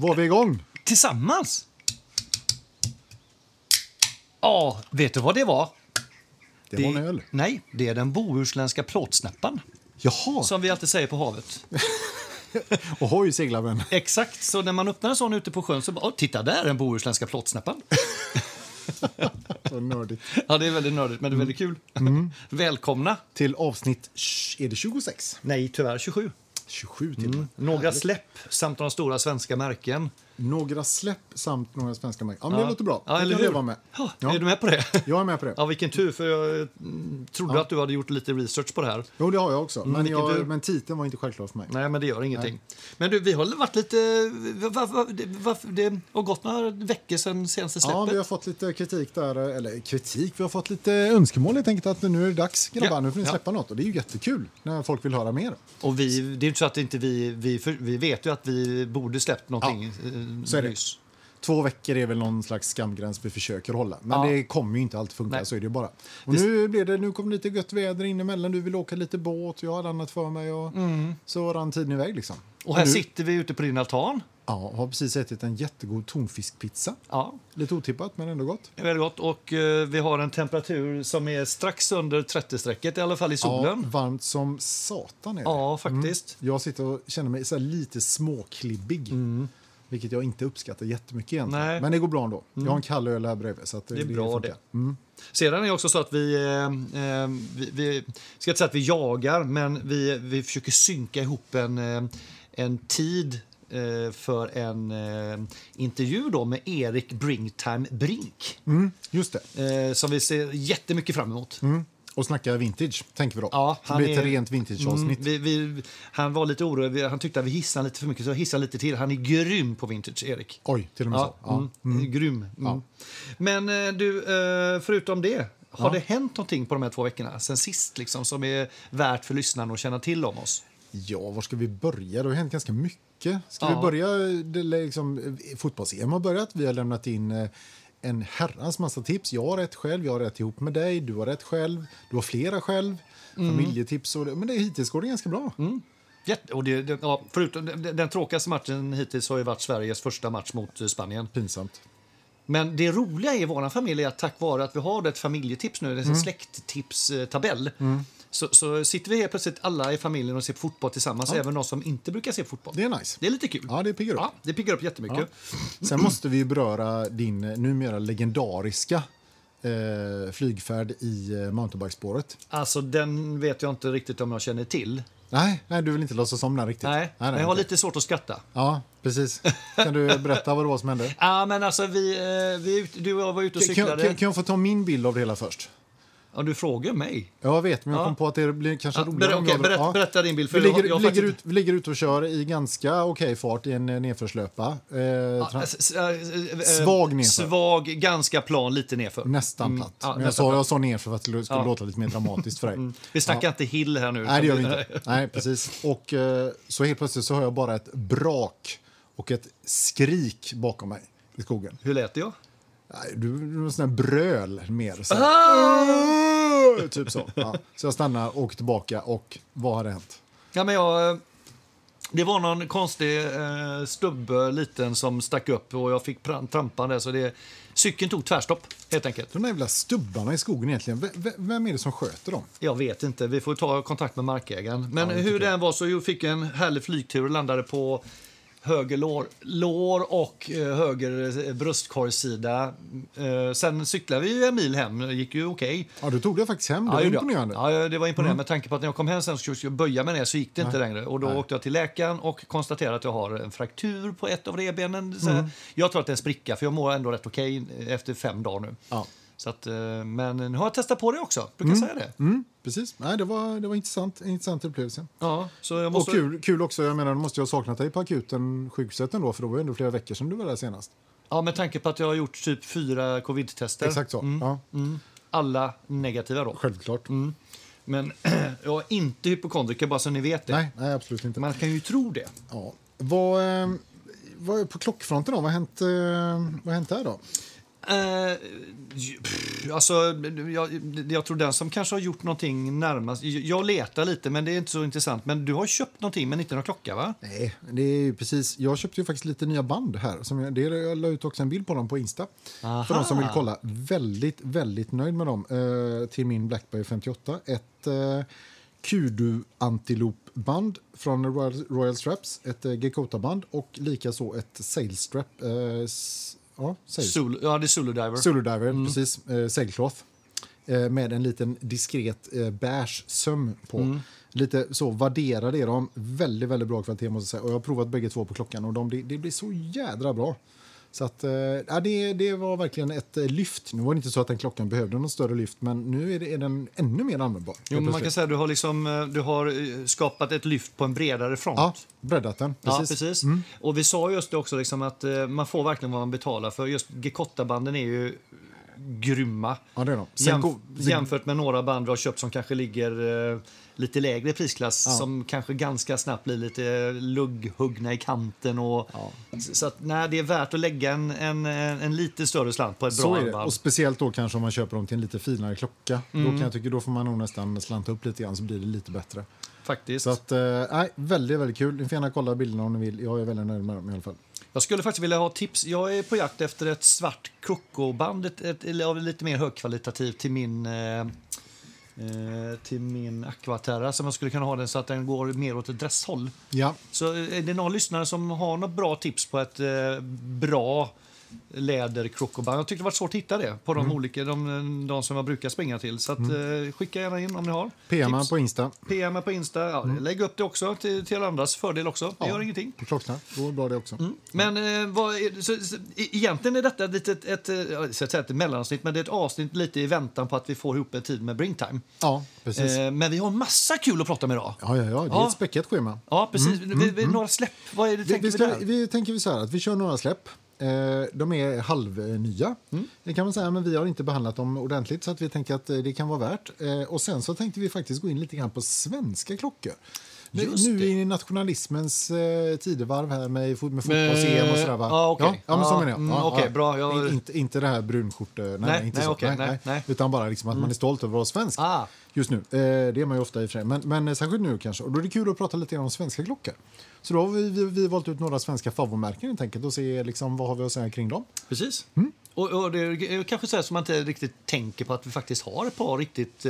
Var vi igång? Tillsammans? Ja, vet du vad det var? Det var en öl. Nej, det är den bohuslänska plåtsnäppan. Jaha. Som vi alltid säger på havet. Och hoj seglar vän. Exakt, så när man öppnar en sån ute på sjön så bara, titta där är den bohuslänska plåtsnäppan. Så nördigt. Ja, det är väldigt nördigt, men det är väldigt kul. Välkomna. Till avsnitt, är det 26? Nej, tyvärr 27. 27 till. Några släpp samt de stora svenska märken. Några släpp samt några svenska märken. Ja, men det låter bra. Ja, det eller kan hur? jag vara med. Ja. Är du med på det? Jag är med på det. Ja, vilken tur, för jag trodde att du hade gjort lite research på det här. Jo, det har jag också. vilken Men titeln var inte självklar för mig. Nej, men det gör ingenting. Men du, vi har varit lite... Det har gått några veckor sedan senaste släppet. Ja, vi har fått lite kritik där. Eller kritik, vi har fått lite önskemål. Jag tänkte att nu är det dags, grabbar. Nu får ni släppa något. Och det är ju jättekul när folk vill höra mer. Och det är ju inte så att inte vi vet ju att vi borde släppt någonting så är det. nyss. 2 veckor är väl någon slags skamgräns vi försöker hålla. Men det kommer ju inte alltid funka, Nej. så är det ju bara. Och nu kommer lite gött väder in emellan. Du vill åka lite båt, jag har annat för mig. Och så rann tiden iväg liksom. Och här nu, sitter vi ute på din altan. Ja, har precis ätit en jättegod tonfiskpizza. Ja, Lite otippat, men ändå gott. det är väldigt gott. Och vi har en temperatur som är strax under 30-strecket, i alla fall i solen. Ja, varmt som satan är det. Ja, faktiskt. Jag sitter och känner mig så här lite småklibbig. Vilket jag inte uppskattar jättemycket egentligen. Nej. Men det går bra ändå. Jag har en kall öl här bredvid. Så att Det är bra funkar. det. Sedan är det också så att vi ska inte säga att vi jagar, men vi försöker synka ihop en tid för en intervju då med Erik Bringtime Brink. Just det. Som vi ser jättemycket fram emot. Och snacka vintage, tänker vi då. Ja, det blir ett rent vintage-avsnitt. Han var lite orolig. Han tyckte att vi hissade lite för mycket, så jag hissade lite till. Han är grym på vintage, Erik. Oj, till och med så. Ja. Grym. Ja. Men du, förutom det, har det hänt någonting på de här 2 veckorna sen sist liksom, som är värt för lyssnarna att känna till om oss? Ja, var ska vi börja? Det har hänt ganska mycket. Ska vi börja, fotbolls-EM har börjat. Vi har lämnat in en herrans massa tips. Jag har rätt själv, jag har rätt ihop med dig. Du har rätt själv, du har flera själv. Familjetips. Men hittills går det ganska bra. Och förutom den tråkigaste matchen hittills har ju varit Sveriges första match mot Spanien. Pinsamt. Men det roliga i vår familj är att tack vare att vi har ett familjetips nu, en släkttipstabell, så sitter vi helt plötsligt alla i familjen och ser på fotboll tillsammans, även de som inte brukar se fotboll. Det är nice. Det är lite kul. Ja, det piggar upp. Ja, det piggar upp jättemycket. Ja. Sen måste vi beröra din numera legendariska flygfärd i mountainbikespåret. Alltså, den vet jag inte riktigt om jag känner till. Nej, du vill inte låtsas om den riktigt. Nej, men jag har lite svårt att skratta. Ja, precis. Kan du berätta vad det var som hände? Ja, men alltså, du och jag var ute och cyklade. Kan jag få ta min bild av det hela först? Ja, du frågar mig. Jag vet, men jag kom på att det blir kanske roligare. Berätta din bild. Vi ligger ute och kör i ganska okej fart i en nedförslöpa. Svag nedför. Svag, ganska plan, lite nedför. Nästan platt. Men jag sa nerför för att det skulle låta lite mer dramatiskt för dig. Vi snackar inte hill här nu. Nej, det gör vi inte. Nej, precis. Och så helt plötsligt så hör jag bara ett brak och ett skrik bakom mig i skogen. Hur lät det jag? Nej, du var en sån här bröl mer. Så. Typ så. Ja. Så jag stannar och åker tillbaka. Och vad hade hänt? Ja, men det var någon konstig stubbe liten som stack upp och jag fick trampa där, så cykeln tog tvärstopp helt enkelt. De där jävla stubbarna i skogen egentligen. Vem är det som sköter dem? Jag vet inte, vi får ta kontakt med markägaren. Men hur det än var så fick jag en härlig flygtur och landade på höger lår och höger bröstkorgssida. Sen cyklade vi ju en mil hem. Det gick ju okej. Ja, du tog det faktiskt hem. Det var imponerande. Ja, det var imponerande med tanke på att när jag kom hem sen skulle jag böja mig ner så gick det inte längre. Och då åkte jag till läkaren och konstaterade att jag har en fraktur på ett av revbenen. Jag tror att det är en spricka, för jag mår ändå rätt okej efter 5 dagar nu. Ja. Så att, men nu har jag testat på det också. Brukar säga det. Precis. Nej, det var intressant upplevelse. Ja, så jag måste... Och kul också. Jag menar, du måste ju ha saknat dig på akuten sjukhuset ändå, för då var det ändå flera veckor sedan du var där senast. Ja, med tanke på att jag har gjort typ 4 covid-tester. Exakt så. Ja. Alla negativa då. Självklart. Men jag är inte hypokondriker, bara så ni vet det. Nej, absolut inte. Man kan ju tro det. Ja. Vad är på klockfronten då? Vad har hänt där då? Alltså, jag tror den som kanske har gjort någonting närmast. Jag letar lite, men det är inte så intressant. Men du har köpt någonting, men inte någon klocka, va? Nej, det är ju precis. Jag köpte ju faktiskt lite nya band här. Jag la ut också en bild på dem på Insta. Aha. För de som vill kolla. Väldigt, väldigt nöjd med dem. Till min Blackberry 58. Ett Kudu Antilope-band från Royal Straps. Ett Gekota-band. Och likaså ett Sail Strap. Ja, det är Zulu Diver. Zulu Diver, precis. Sailcloth. Med en liten diskret beige söm på. Lite så värderade är de. Väldigt, väldigt bra kvalitet måste jag säga. Och jag har provat bägge två på klockan och det blir så jädra bra. Så att, det var verkligen ett lyft. Nu var det inte så att den klockan behövde någon större lyft, men nu är den ännu mer användbar. Jo, men man kan säga att du har skapat ett lyft på en bredare front. Ja, breddat den. Precis. Ja, precis. Och vi sa just det också liksom att man får verkligen vad man betalar för. Just Gekota-banden är ju grymma. Ja, det är de. Jämfört med några band vi har köpt som kanske ligger lite lägre prisklass, som kanske ganska snabbt blir lite lugghuggna i kanten. Så att, nej, det är värt att lägga en lite större slant på ett bra armband. Och speciellt då kanske om man köper dem till en lite finare klocka. Då kan jag tycka då får man nog nästan slanta upp lite grann så blir det lite bättre. Faktiskt. Så att, väldigt, väldigt kul. Ni får gärna kolla bilderna om ni vill. Jag är väldigt nöjd med dem i alla fall. Jag skulle faktiskt vilja ha tips. Jag är på jakt efter ett svart krokoband av lite mer högkvalitativt till min Aquaterra, som jag skulle kunna ha den så att den går mer åt ett dresshåll. Ja. Så är det någon lyssnare som har något bra tips på ett bra läderkrokoband? Jag tyckte det var svårt att hitta det på de olika de som jag brukar springa till. Så att, skicka gärna in om ni har PM tips. På Insta. PM på Insta. Ja, lägg upp det också till andras fördel också. Det gör ingenting. På klockan. Då är det bra det också. Men egentligen är detta ett mellanavsnitt, men det är ett avsnitt lite i väntan på att vi får ihop en tid med Bringtime. Ja, precis. Men vi har en massa kul att prata med idag. Ja, det är ett späckat schema. Ja, precis. Några släpp. Vad är det vi tänker så här att vi kör några släpp. De är halvnya. Det kan man säga, men vi har inte behandlat dem ordentligt så att vi tänker att det kan vara värt. Och sen så tänkte vi faktiskt gå in lite grann på svenska klockor. Nu i nationalismens tidevarv här med fotbolls-EM och sådär, va? Okay. Ja, men så menar jag. Okay, bra. Inte det här brunskort. Nej. Utan bara liksom att man är stolt över att vara svensk just nu. Det är man ju ofta i och för sig. Men särskilt nu kanske. Och då är det kul att prata lite grann om svenska klockor. Så då har vi valt ut några svenska favoritmärken helt enkelt och se liksom, vad har vi att säga kring dem. Precis. Och det är kanske så här som man inte riktigt tänker på att vi faktiskt har ett par riktigt...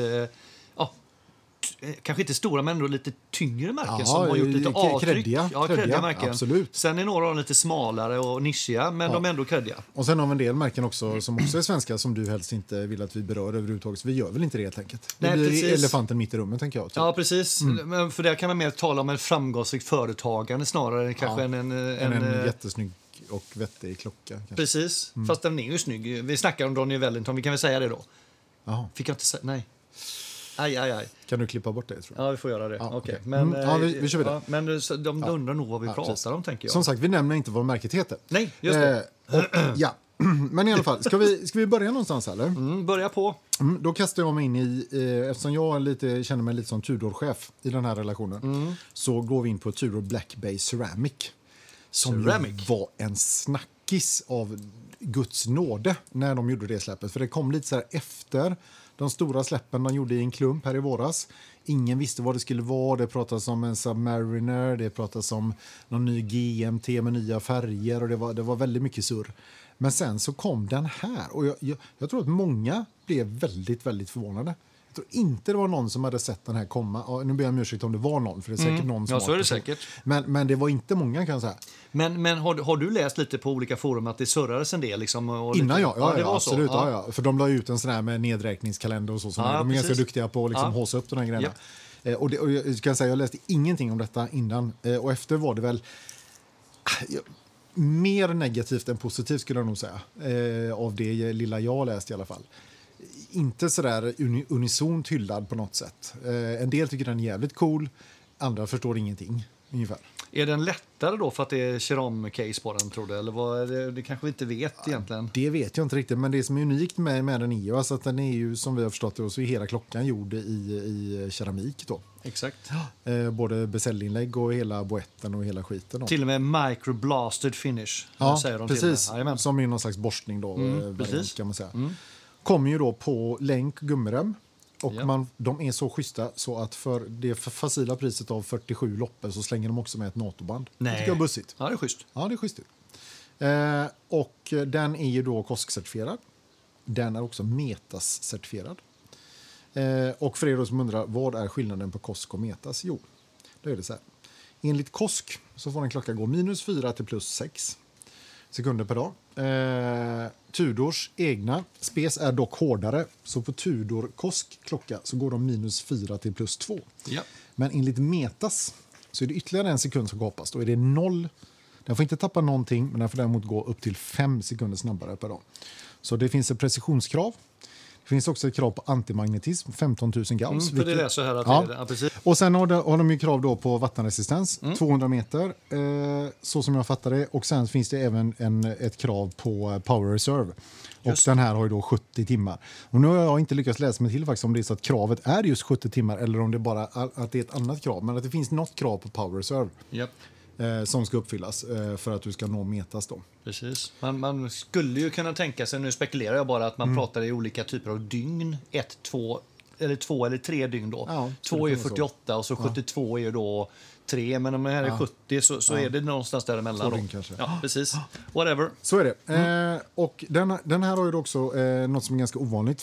kanske inte stora, men ändå lite tyngre märken som har gjort lite avtryck. Kreddiga märken. Absolut. Sen är några lite smalare och nischiga, men de är ändå kreddiga. Och sen har vi en del märken också som också är svenska som du helst inte vill att vi berör överhuvudtaget. Så vi gör väl inte det helt enkelt. Det blir precis. Elefanten mitt i rummet, tänker jag. Typ. Ja, precis. Men för det kan man mer tala om en framgångsrik företagande snarare kanske än en jättesnygg och vettig klocka. Kanske. Precis. Fast den är ju snygg. Vi snackar om Donny Wellington, vi kan väl säga det då. Jaha. Fick jag inte säga? Nej. Aj. Kan du klippa bort det, tror jag? Ja, vi får göra det. Okay. Men, vi kör vidare. Men de undrar nog vad vi pratar om, tänker jag. Som sagt, vi nämner inte vad märket heter. Nej, just det. Men i alla fall, ska vi börja någonstans, eller? Börja på. Då kastar jag mig in i, eftersom jag känner mig lite som Tudor-chef i den här relationen, så går vi in på Tudor Black Bay Ceramic. Som var en snackis av Guds nåde när de gjorde det släppet. För det kom lite så här efter de stora släppen de gjorde i en klump här i våras. Ingen visste vad det skulle vara. Det pratas om en Submariner, det pratas om någon ny GMT med nya färger och det var väldigt mycket surr. Men sen så kom den här och jag tror att många blev väldigt, väldigt förvånade. Jag tror inte det var någon som hade sett den här komma. Nu ber jag om ursäkt om det var någon, för det är säkert någon som så är det säkert. Men det var inte många, kan jag säga. Men har du läst lite på olika forum att det surrades en del? Liksom, och innan lite... ja, det var absolut. Så. Ja. För de la ut en sån här med nedräkningskalender och så. De är ganska duktiga på att liksom håsa upp de här grejerna. Yep. Och jag kan säga, jag läste ingenting om detta innan. Och efter var det väl... mer negativt än positivt, skulle jag nog säga. Av det lilla jag läst i alla fall. Inte sådär unisont hyllad på något sätt. En del tycker den är jävligt cool. Andra förstår ingenting. ungefär. Är den lättare då för att det är keramcase på den, tror du? Eller vad är det kanske vi inte vet egentligen. Det vet jag inte riktigt, men det som är unikt med den är ju alltså att den är ju, som vi har förstått det, så är hela klockan gjord i keramik då. Exakt. Både bezellinlägg och hela boetten och hela skiten då. Till och med microblasted finish. Ja, säger de precis. Till som är någon slags borstning då, precis. kan man säga. Kommer ju då på länk gummirem. Och Ja. de är så schyssta så att för det facila priset av 47 loppor så slänger de också med ett NATO-band. Det tycker jag är bussigt. Ja, det är schysst. Ja, det är schysst. Och den är ju då KOSK-certifierad. Den är också Metas-certifierad. Och för er då som undrar, vad är skillnaden på KOSK och Metas? Jo, då är det så här. Enligt KOSK så får en klocka gå -4 till +6 sekunder per dag. Tudors egna spes är dock hårdare, så på Tudor KOSK klocka så går de -4 till +2. Ja. Men enligt Metas så är det ytterligare en sekund som hoppas. Då är det 0. Den får inte tappa någonting, men den får däremot gå upp till 5 sekunder snabbare per dag. Så det finns ett precisionskrav. Det finns också ett krav på antimagnetism, 15 000 gauss. För det är så här att Ja. det är det. Ja, precis. Och sen har de ju krav då på vattenresistens, 200 meter, så som jag fattar det. Och sen finns det även ett krav på power reserve. Och den här har ju då 70 timmar. Och nu har jag inte lyckats läsa mig till faktiskt om det är så att kravet är just 70 timmar eller om det bara att det är ett annat krav. Men att det finns något krav på power reserve Japp. som ska uppfyllas för att du ska nå Metas då. Precis. Man skulle ju kunna tänka sig, nu spekulerar jag bara, att man pratar i olika typer av dygn. 1, 2 eller 3 dygn då. Ja, 2 är ju 48 och så 72 är ju då 3. Men om det här är 70 så är det någonstans däremellan. 2 dygn kanske. Ja, precis. Whatever. Så är det. Och den här har ju också något som är ganska ovanligt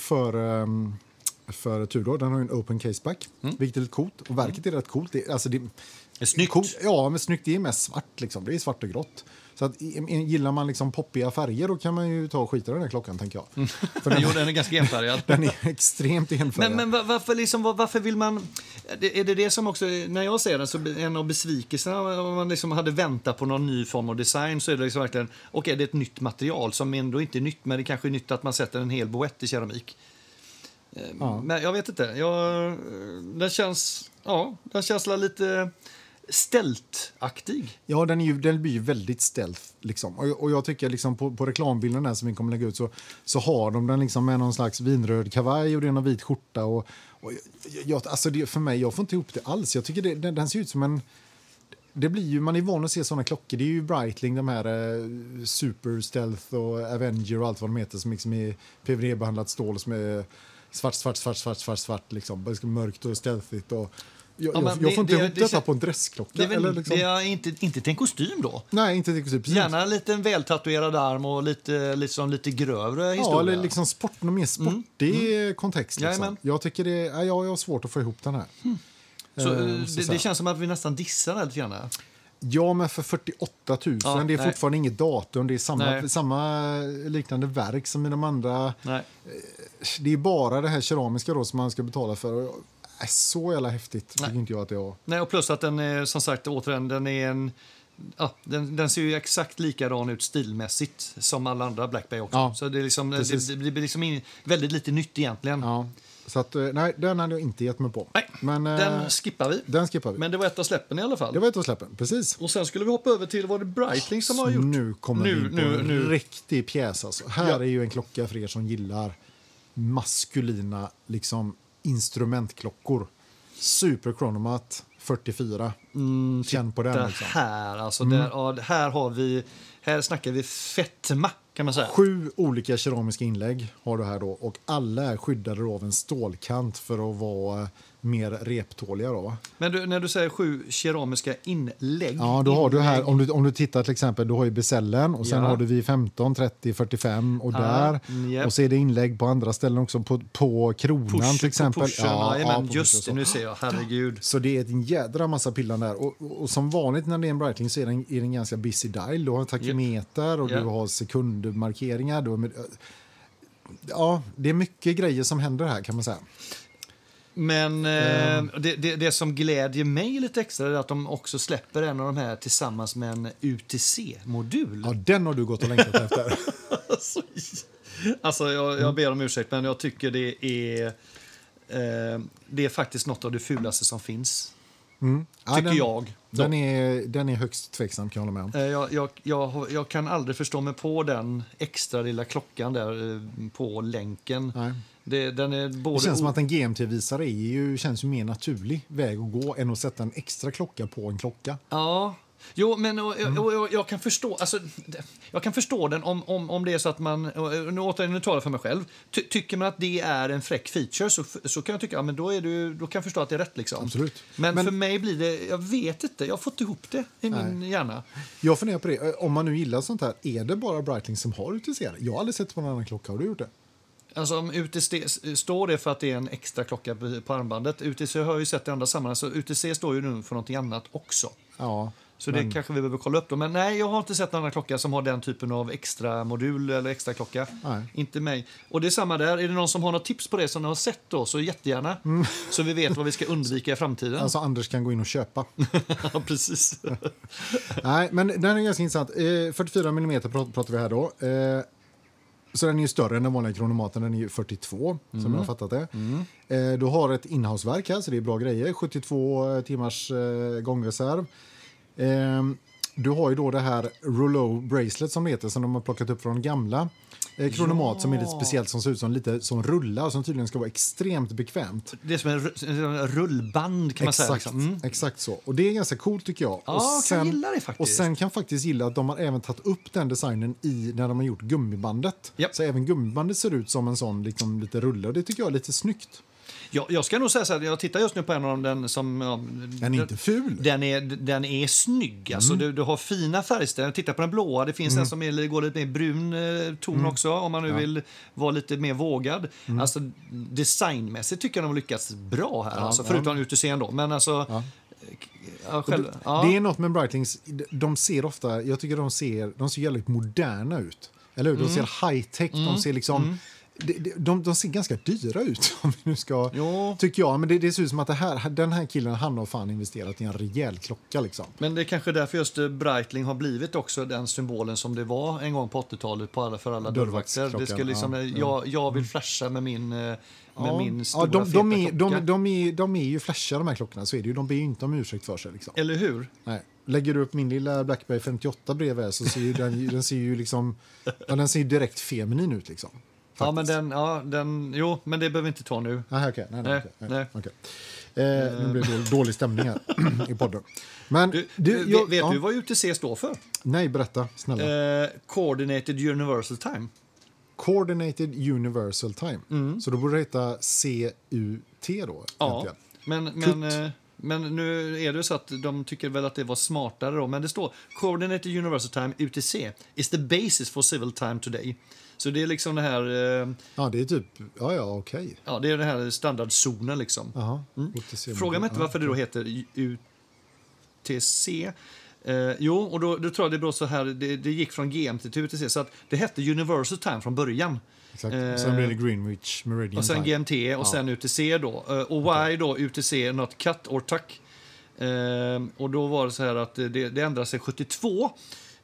för Tudor. Den har ju en open caseback, vilket är lite coolt. Och verket är rätt coolt. Det är snyggt. Coolt. Ja, men snyggt. Det är mest svart liksom. Det är svart och grått. Så att, gillar man liksom poppiga färger då kan man ju ta och skita i den här klockan, tänker jag. För den är ganska enfärgad. Den är extremt enfärgad. Men varför vill man... Är det som också... När jag ser den så en av besvikelserna, om man liksom hade väntat på någon ny form av design, så är det liksom verkligen... Okej, det är ett nytt material som ändå inte är nytt, men det kanske är nytt att man sätter en hel boett i keramik. Ja. Men jag vet inte. Den känns lite stealth-aktig. Ja, den blir ju väldigt stealth liksom. Och jag tycker liksom på reklambilden där som vi kommer lägga ut så har de den liksom med någon slags vinröd kavaj och det är någon vit skjorta och alltså det, för mig, jag får inte ihop det alls. Jag tycker den ser ut som en... Det blir ju, man är van att se såna klockor. Det är ju Breitling, de här Super Stealth och Avenger och allt vad de heter som liksom är PVD-behandlat stål som är svart liksom. Det är mörkt och stealthigt och jag får inte ihop detta på en dressklocka. Eller liksom. Det är inte till en kostym då? Nej, inte till kostym. Gärna en liten vältatuerad arm och lite grövre historia. Ja, eller liksom någon mer sportig kontext. Liksom. Jag tycker jag har svårt att få ihop den här. Så det känns som att vi nästan dissar det lite grann. Ja, men för 48 000, det är fortfarande inget datum. Det är samma liknande verk som i de andra. Nej. Det är bara det här keramiska då som man ska betala för. Så jävla häftigt tycker inte jag att det är. Nej, och plus att den är, som sagt, återigen, den är en... Ja, den ser ju exakt likadan ut stilmässigt som alla andra Black Bay också. Ja, så det, är liksom, det blir liksom väldigt lite nytt egentligen. Ja. Så att, nej, den hade jag inte gett mig på. Nej, men, den skippar vi. Den skippar vi. Men det var ett av släppen i alla fall. Det var ett av släppen, precis. Och sen skulle vi hoppa över till vad det Breitling som har gjort. Nu kommer vi in på en riktig pjäs. Alltså. Här är ju en klocka för er som gillar maskulina liksom, instrumentklockor. Super Chronomat 44. Känn på den. Liksom. Här, alltså här snackar vi fetma, kan man säga. 7 olika keramiska inlägg har du här då. Och alla är skyddade av en stålkant för att vara mer reptåliga då. Men när du säger 7 keramiska inlägg... Ja, då har du här, om du tittar till exempel, du har ju besällen och sen har du vid 15, 30, 45 och där. Yep. Och så är det inlägg på andra ställen också på kronan till exempel. Men just det, nu ser jag, herregud. Så det är en jädra massa pillar där. Och som vanligt när det är en Breitling så är den ganska busy dial. Du har en takymeter och du har sekundmarkeringar. Det är mycket grejer som händer här, kan man säga. Men det som glädjer mig lite extra är att de också släpper en av de här tillsammans med en UTC-modul. Ja, den har du gått och längtat efter. Alltså, jag ber om ursäkt, men jag tycker det är faktiskt något av det fulaste som finns. Tycker jag. Den är högst tveksam, kan jag hålla med om. Jag kan aldrig förstå mig på den extra lilla klockan där på länken. Nej. Den är både det känns som att en GMT-visare känns ju mer naturlig väg att gå än att sätta en extra klocka på en klocka. Ja. Jo, men jag kan förstå, alltså, jag kan förstå den om det är så att man, nu talar jag för mig själv, tycker man att det är en fräck feature så kan jag tycka, ja, men då kan jag förstå att det är rätt liksom. Absolut. Men för mig blir det, jag vet inte, jag har fått ihop det i min hjärna. Jag funderar på det, om man nu gillar sånt här, är det bara Breitling som har UTC? Jag har aldrig sett på någon annan klocka, har du gjort det? Alltså om UTC står det för att det är en extra klocka på armbandet. UTC har jag ju sett i andra sammanhang, så UTC står ju nu för någonting annat också. Ja. Så det kanske vi behöver kolla upp då. Men nej, jag har inte sett någon annan klocka som har den typen av extra modul eller extra klocka. Nej. Inte mig. Och det är samma där. Är det någon som har något tips på det som ni har sett då, så jättegärna. Så vi vet vad vi ska undvika i framtiden. Alltså Anders kan gå in och köpa. Ja, precis. Nej, men den är ganska intressant. 44 mm pratar vi här då. Så den är ju större än den vanliga kronomaten. Den är ju 42, som jag har fattat det. Du har ett inhouse-verk här, så det är bra grejer. 72 timmars gångreserv. Du har ju då det här Rouleau Bracelet som det heter, som de har plockat upp från gamla kronomat som är lite speciellt, som ser ut som lite som rullar, som tydligen ska vara extremt bekvämt. Det är som en rullband, kan man säga. Liksom. Exakt så. Och det är ganska coolt, tycker jag. Ja, kan gilla det faktiskt. Och sen kan faktiskt gilla att de har även tagit upp den designen när de har gjort gummibandet. Yep. Så även gummibandet ser ut som en sån liksom, lite rulle, och det tycker jag är lite snyggt. Jag ska nog säga så här, jag tittar just nu på en av dem som... Ja, den är inte ful. Den är snygg. Alltså, du har fina färgställer. Titta på den blåa. Det finns en som går lite mer brun ton också, om man nu vill vara lite mer vågad. Alltså, designmässigt tycker jag de har lyckats bra här. Alltså, förutom UTC då. Men alltså... Det är något med Breitlings. De ser ofta... Jag tycker de ser jävligt moderna ut. Eller hur? De ser high-tech. De ser liksom... De ser ganska dyra ut, om vi nu ska, tycker jag. Men det ser ut som att den här killen, han har fan investerat i en rejäl klocka. Liksom. Men det är kanske därför just Breitling har blivit också den symbolen som det var en gång på 80-talet för alla dörrvakter. Det ska liksom, jag vill flasha med min stora feta klocka. De är ju flasha, de här klockorna, så är det ju. De ber ju inte om ursäkt för sig. Liksom. Eller hur? Nej. Lägger du upp min lilla Blackberry 58 bredvid, så ser ju den ser ju liksom, den ser direkt feminin ut liksom. Faktiskt. Ja, men men det behöver vi inte ta nu. Aha, okay. Nej. Nu blir det dålig stämning här i podden. Men vet du vad UTC står för? Nej, berätta, snälla. Coordinated Universal Time. Coordinated Universal Time. Så då borde det heta CUT då? Ja, men nu är det så att de tycker väl att det var smartare då. Men det står Coordinated Universal Time, UTC, is the basis for civil time today. Så det är liksom det här... ja, det är typ... Ja, okej. Ja, det är den här standardzonen liksom. Fråga mig inte varför det då heter UTC. Och då tror jag det beror så här... Det gick från GMT till UTC. Så att det hette Universal Time från början. Exakt. Och sen blev det Greenwich Meridian och sen Time. GMT och sen UTC då. Och why då UTC, not cut or tuck. Och då var det så här att det ändrade sig 72.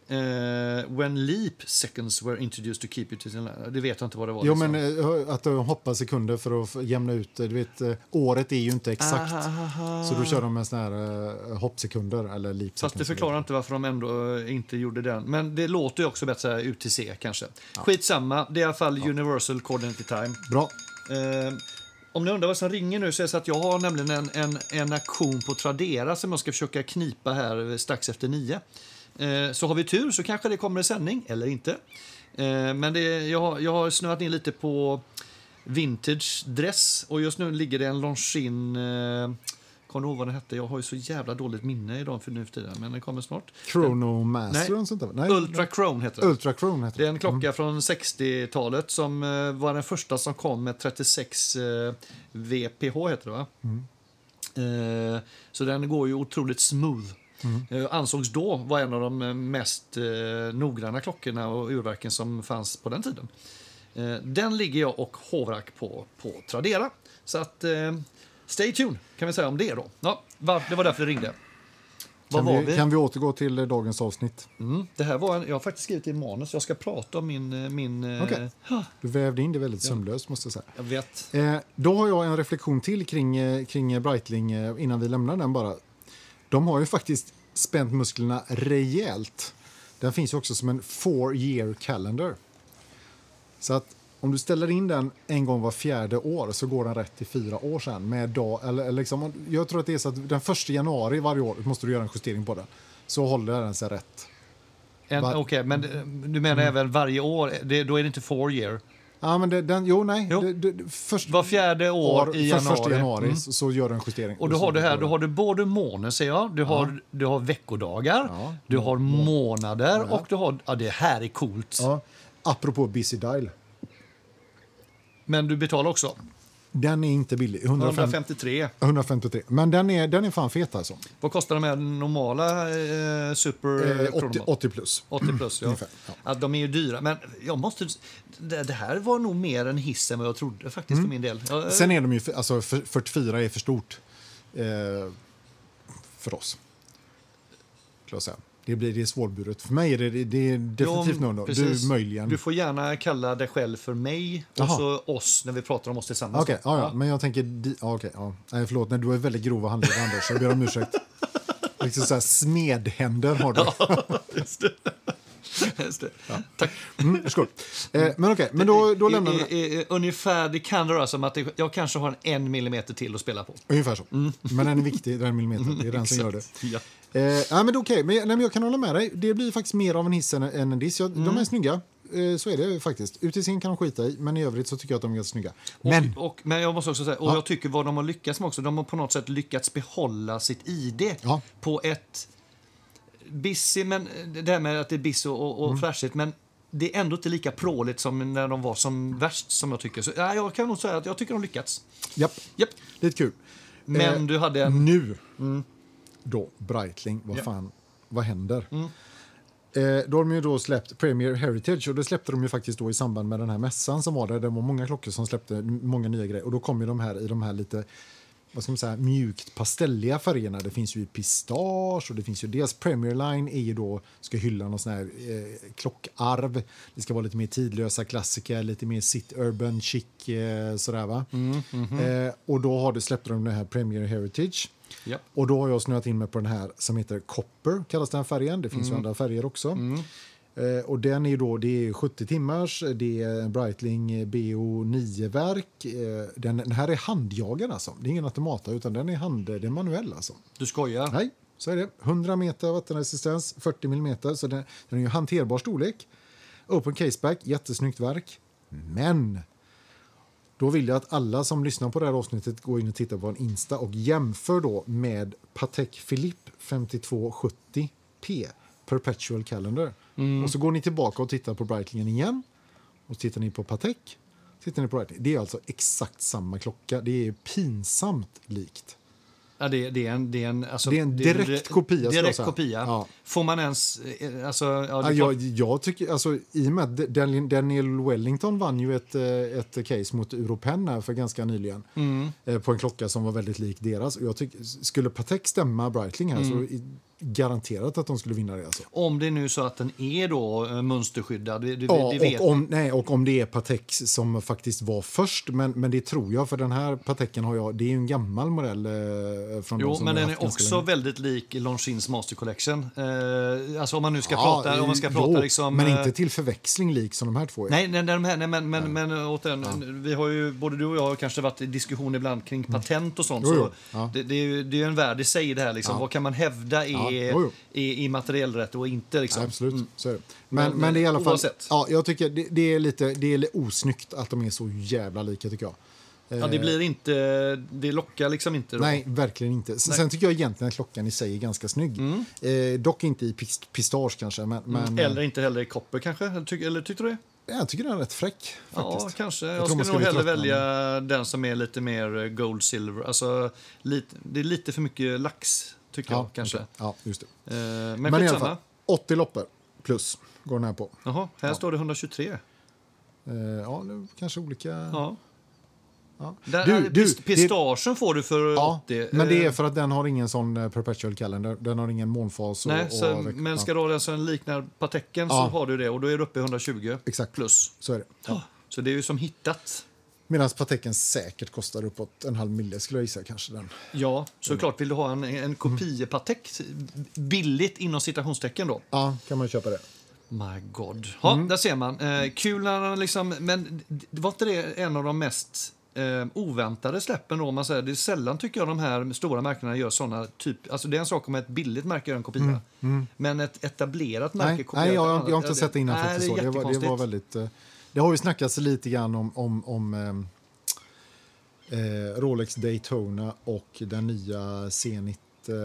When leap seconds were introduced to keep it in line. Det vet jag inte vad det var. Jo, men att de hoppar sekunder för att jämna ut. Du vet, året är ju inte exakt. Så då kör de med såna här hoppsekunder eller leap seconds. Fast det förklarar inte varför de ändå inte gjorde den. Men det låter ju också bättre UTC kanske. Skitsamma, det är i alla fall Universal Coordinate Time. Bra. Om ni undrar vad som ringer nu, så är det så att jag har nämligen en aktion på Tradera som jag ska försöka knipa här strax efter 9. Så har vi tur så kanske det kommer en sändning, eller inte. Men jag har snöat in lite på vintage dress. Och just nu ligger det en Longines... Kommer du ihåg vad den hette? Jag har ju så jävla dåligt minne idag för nu för tiden. Men den kommer snart. Chronomaster och sånt där. Nej. Ultra Chrome heter det. Ultra Chrome heter det. Det är en klocka från 60-talet som var den första som kom med 36 VPH heter det, va? Så den går ju otroligt smooth. Ansågs då vara en av de mest noggranna klockorna och urverken som fanns på den tiden. Den ligger jag och hovrack på Tradera. Så att stay tuned kan vi säga om det då. Ja, det var därför det ringde. Kan vi återgå till dagens avsnitt? Det här var jag har faktiskt skrivit i manus. Jag ska prata om min okay. Du vävde in det väldigt sömlöst, måste jag säga. Jag vet. Då har jag en reflektion till kring Breitling innan vi lämnar den bara. De har ju faktiskt spänt musklerna rejält. Den finns ju också som en 4-year calendar. Så att om du ställer in den en gång var 4:e år så går den rätt till 4 år sedan. Med dag, eller liksom, jag tror att det är så att den 1 januari varje år måste du göra en justering på den. Så håller den sig rätt. Okej, men du menar även varje år? Då är det inte 4 year? Ja, men jo. Var 4:e år i januari. 1 januari så gör du en justering. Och då har du både månader, säger jag. Du har veckodagar, du har månader och du har... Ja, det här är coolt. Ja. Apropå Busy Dial. Men du betalar också? Den är inte billig. 153. Men den är fan fet alltså. Vad kostar de här normala super 80 plus. 80 plus, ja. Ungefär, ja. Ja, de är ju dyra. Men jag måste... Det här var nog mer en hiss än vad jag trodde faktiskt för min del. Sen är de ju... Alltså 44 är för stort för oss. Skulle jag säga. Det är svårburet. För mig är det definitivt någon. Du möjligen. Du får gärna kalla dig själv för mig och så oss när vi pratar om oss tillsammans. Okej, ja. Men jag tänker... Nej, förlåt. Nej, du har väldigt grova handlingar, Anders. Jag ber om ursäkt. Liksom så här smedhänder har du. Ja, just det. Ja. Tack. Skål. Men okej, men då lämnar vi... Ungefär, det kan röra sig om att jag kanske har 1 millimeter till att spela på. Ungefär så. Men den är viktig, den millimetern. Det är den som gör det. Ja. Men okej. Men jag kan hålla med dig. Det blir faktiskt mer av en hiss än en diss. De är snygga. Så är det faktiskt. Utseendet kan de skita i, men i övrigt så tycker jag att de är ganska snygga. Men jag måste också säga, och jag tycker vad de har lyckats med också, de har på något sätt lyckats behålla sitt ID på ett busy, men det här med att det är busy och flashigt, men det är ändå inte lika pråligt som när de var som värst, som jag tycker. Så jag kan nog säga att jag tycker de lyckats. Japp. Det är kul. Men du hade en... Nu då, Breitling, vad händer? Då har de ju då släppt Premier Heritage, och det släppte de ju faktiskt då i samband med den här mässan som var där. Det var många klockor som släppte många nya grejer, och då kom ju de här i de här lite, vad ska man säga, mjukt pastelliga färgerna. Det finns ju pistage, och det finns ju deras Premier Line är ju då, ska hylla någon sån här klockarv. Det ska vara lite mer tidlösa klassiker, lite mer sit urban chic sådär va. Och då släppte de den här Premier Heritage. Yep. Och då har jag snöat in mig på den här som heter Copper, kallas den färgen. Det finns ju andra färger också. Och den är ju då, det är 70 timmars, det är Breitling BO9-verk. Den här är handjagad alltså. Det är ingen automata, utan den är manuell alltså. Du skojar? Nej, så är det. 100 meter vattenresistens, 40 millimeter, så den är ju hanterbar storlek. Open caseback, jättesnyggt verk. Men... Då vill jag att alla som lyssnar på det här avsnittet går in och tittar på en Insta och jämför då med Patek Philippe 5270P Perpetual Calendar. Och så går ni tillbaka och tittar på Breitlingen igen. Och så tittar ni på Patek. Tittar ni på Breitling. Det är alltså exakt samma klocka. Det är pinsamt likt. Ja, det är en direkt kopia. Direkt kopia. Ja. Får man ens... Jag tycker, alltså, i och med att Daniel Wellington vann ju ett case mot Europen här för ganska nyligen. På en klocka som var väldigt lik deras. Och jag tycker, skulle Patek stämma Breitling här så garanterat att de skulle vinna det. Alltså. Om det är nu så att den är då mönsterskyddad. Och om det är Patek som faktiskt var först. Men det tror jag, för den här Pateken har jag... Det är ju en gammal modell från Jo, men den är också väldigt lik Longines Master Collection. Alltså om man nu ska prata liksom... Men inte till förväxling lik som de här två är. Men återigen, vi har ju, både du och jag har kanske varit i diskussion ibland kring patent och sånt. Det är ju en värld i sig det här. Liksom. Vad kan man hävda i materiellrätt och inte? Liksom. Absolut, så är det. Men det är i alla fall... Oavsett. Ja, jag tycker det är osnyggt att de är så jävla lika, tycker jag. Ja, det blir inte... Det lockar liksom inte. Då. Nej, verkligen inte. Sen tycker jag egentligen att klockan i sig är ganska snygg. Dock inte i pistage kanske. Men, eller inte heller i copper kanske? Eller tyckte du det? Jag tycker den är rätt fräck. Faktiskt. Ja, kanske. Jag skulle nog hellre välja den som är lite mer gold silver. Alltså, det är lite för mycket lax, tycker jag kanske. Okay. Ja, just det. Men i alla fall, 80 loppor plus går den här på. Jaha, här står det 123. Ja, det kanske olika... Ja. Pistagen får du för 80. Men det är för att den har ingen sån perpetual calendar. Den har ingen månfas. Men ska du ha den som liknar Pateken så har du det. Och då är du uppe i 120 Exakt. plus. Så är det. Så det är ju som hittat. Medan Pateken säkert kostar uppåt 1,5 mille skulle jag gissa kanske den. Ja, såklart vill du ha en kopiepatek billigt inom citationstecken då. Ja, kan man köpa det. My God. Ja, där ser man. Kul när han liksom, men det var inte det en av de mest oväntade släppen då, man säger. Det är sällan tycker jag de här stora märkena gör såna typ, alltså det är en sak om ett billigt märke gör en kopia. Men ett etablerat märke Nej, jag har inte sett det innan faktiskt. Det var väldigt det har ju snackats lite grann om Rolex Daytona och den nya Zenit